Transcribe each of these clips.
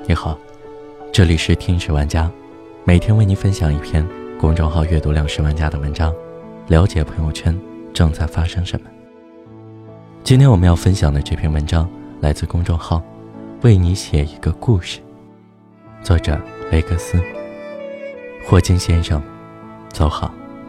你好，这里是听史玩家，每天为您分享一篇公众号阅读量10万加的文章，了解朋友圈正在发生什么。今天我们要分享的这篇文章来自公众号为你写一个故事，作者雷克斯。霍金先生走好。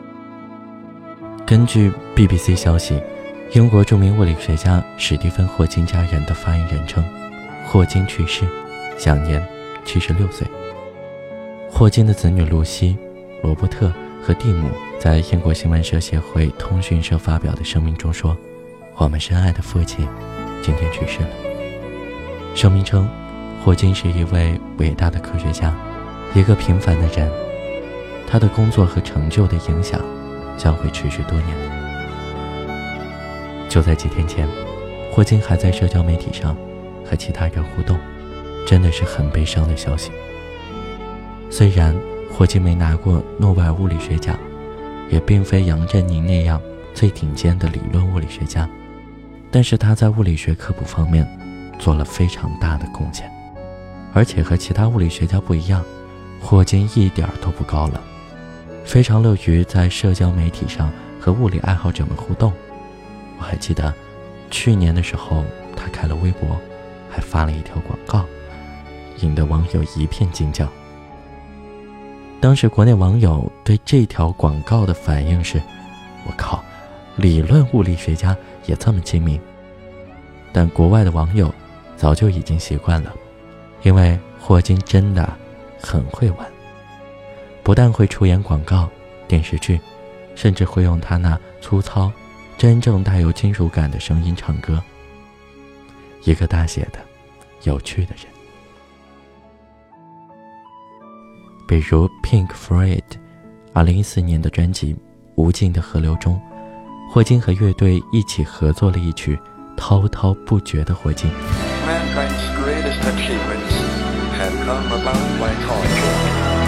根据 BBC 消息，英国著名物理学家史蒂芬·霍金家人的发言人称，霍金去世，享年76岁。霍金的子女露西、罗伯特和蒂姆在英国新闻社协会通讯社发表的声明中说，我们深爱的父亲今天去世了。声明称，霍金是一位伟大的科学家，一个平凡的人，他的工作和成就的影响将会持续多年。就在几天前，霍金还在社交媒体上和其他人互动，真的是很悲伤的消息。虽然霍金没拿过诺贝尔物理学奖，也并非杨振宁那样最顶尖的理论物理学家，但是他在物理学科普方面做了非常大的贡献。而且和其他物理学家不一样，霍金一点都不高冷，非常乐于在社交媒体上和物理爱好者们互动。我还记得去年的时候，他开了微博，还发了一条广告，引得网友一片惊叫。当时国内网友对这条广告的反应是，我靠，理论物理学家也这么精明。但国外的网友早就已经习惯了，因为霍金真的很会玩，不但会出演广告、电视剧，甚至会用他那粗糙真正带有金属感的声音唱歌。一个大写的有趣的人。比如 Pink Floyd 2014年的专辑《无尽的河流》中，霍金和乐队一起合作了一曲滔滔不绝的霍金。 Mankind's greatest achievements have come about by torture.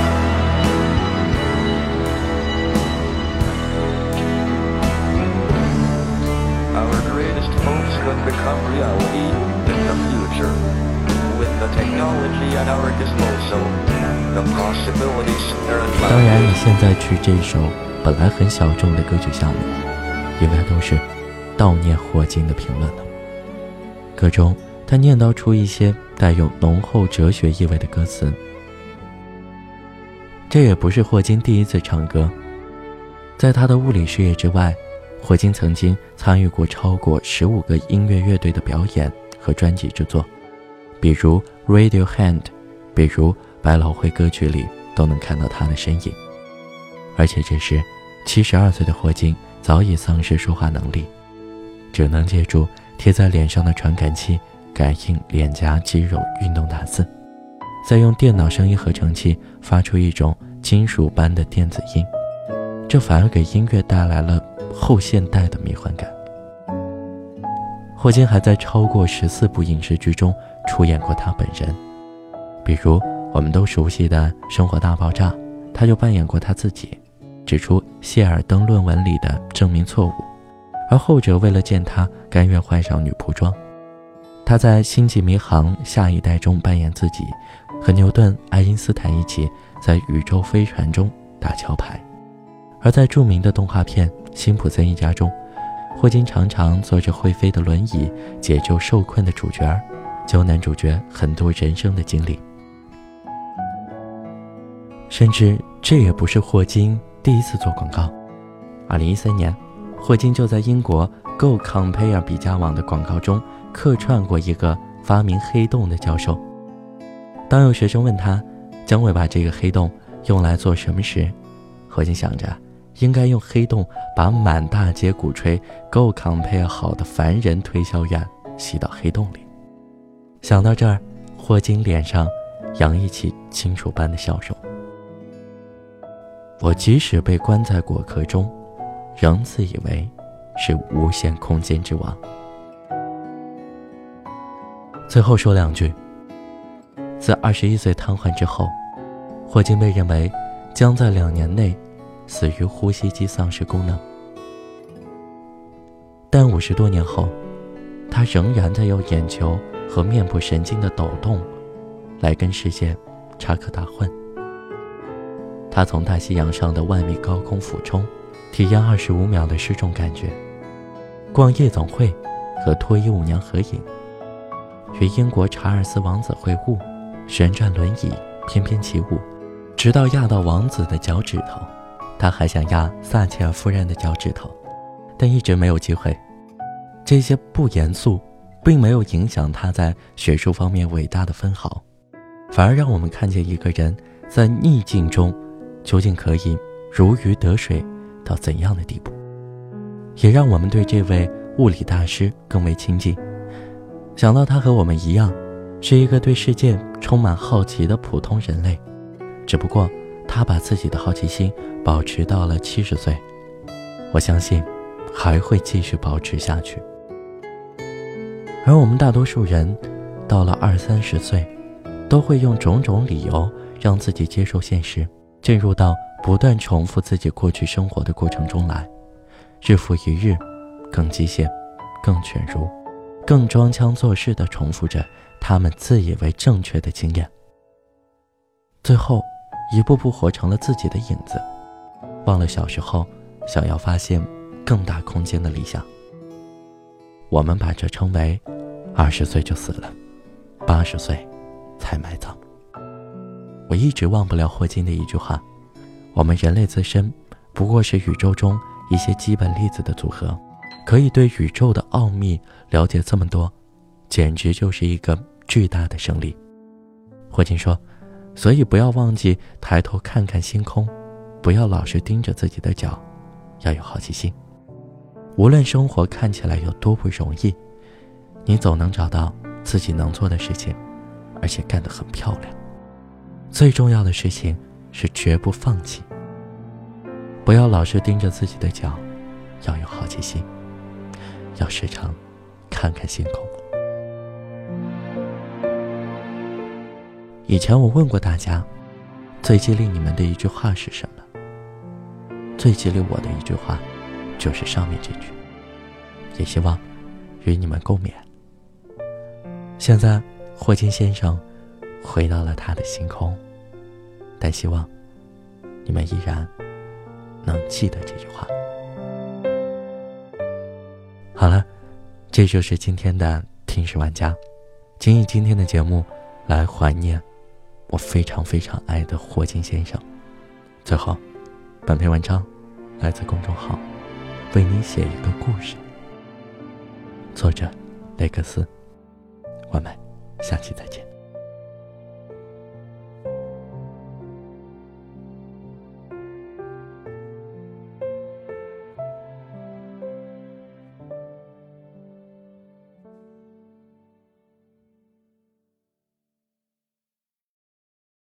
Our greatest hopes could become reality in the future. With the technology at our disposal, the possibilities are endless. 当然，你现在去这首本来很小众的歌曲下面，应该都是悼念霍金的评论了。歌中，他念叨出一些带有浓厚哲学意味的歌词。这也不是霍金第一次唱歌，在他的物理事业之外，霍金曾经参与过超过15个音乐乐队的表演和专辑制作，比如 Radiohead， 比如百老汇歌曲里都能看到他的身影。而且这时72岁的霍金早已丧失说话能力，只能借助贴在脸上的传感器感应脸颊肌肉运动打字，再用电脑声音合成器发出一种金属般的电子音，这反而给音乐带来了后现代的迷幻感。霍金还在超过14部影视剧中出演过他本人，比如我们都熟悉的《生活大爆炸》，他就扮演过他自己，指出谢尔登论文里的证明错误，而后者为了见他甘愿换上女仆装。他在《星际迷航：下一代》中扮演自己，和牛顿、爱因斯坦一起在宇宙飞船中打桥牌。而在著名的动画片《辛普森一家》中，霍金常常坐着会飞的轮椅解救受困的主角，教男主角很多人生的经历。甚至这也不是霍金第一次做广告。2013年，霍金就在英国 Go Compare 比价网的广告中客串过一个发明黑洞的教授。当有学生问他将会把这个黑洞用来做什么时，霍金想着应该用黑洞把满大街鼓吹 Go Compare 好的凡人推销员吸到黑洞里。想到这儿，霍金脸上洋溢起金属般的笑容。我即使被关在果壳中，仍自以为是无限空间之王。最后说两句，自21岁瘫痪之后，霍金被认为将在2年内死于呼吸机丧失功能。但50多年后，他仍然在用眼球和面部神经的抖动来跟世界插科打诨。他从大西洋上的万米高空俯冲，体验25秒的失重感觉，逛夜总会和脱衣舞娘合影，与英国查尔斯王子会晤，旋转轮椅翩翩起舞，直到压到王子的脚趾头。他还想压撒切尔夫人的脚趾头，但一直没有机会。这些不严肃并没有影响他在学术方面伟大的分毫，反而让我们看见一个人在逆境中究竟可以如鱼得水到怎样的地步，也让我们对这位物理大师更为亲近。想到他和我们一样，是一个对世界充满好奇的普通人类，只不过他把自己的好奇心保持到了70岁，我相信还会继续保持下去。而我们大多数人到了20-30岁，都会用种种理由让自己接受现实，进入到不断重复自己过去生活的过程中来，日复一日，更机械，更犬儒，更装腔作势地重复着他们自以为正确的经验，最后一步步活成了自己的影子，忘了小时候想要发现更大空间的理想。我们把这称为20岁就死了，80岁才埋葬。我一直忘不了霍金的一句话，我们人类自身不过是宇宙中一些基本粒子的组合，可以对宇宙的奥秘了解这么多，简直就是一个巨大的胜利。霍金说，所以不要忘记抬头看看星空，不要老是盯着自己的脚，要有好奇心。无论生活看起来有多不容易，你总能找到自己能做的事情，而且干得很漂亮。最重要的事情是绝不放弃，不要老是盯着自己的脚，要有好奇心，要时常看看星空。以前我问过大家，最激励你们的一句话是什么？最激励我的一句话就是上面这句，也希望与你们共勉。现在霍金先生回到了他的星空，但希望你们依然能记得这句话。好了，这就是今天的听史玩家，仅以今天的节目来怀念我非常非常爱的霍金先生。最后，本篇文章来自公众号为你写一个故事，作者雷克斯。我们下期再见。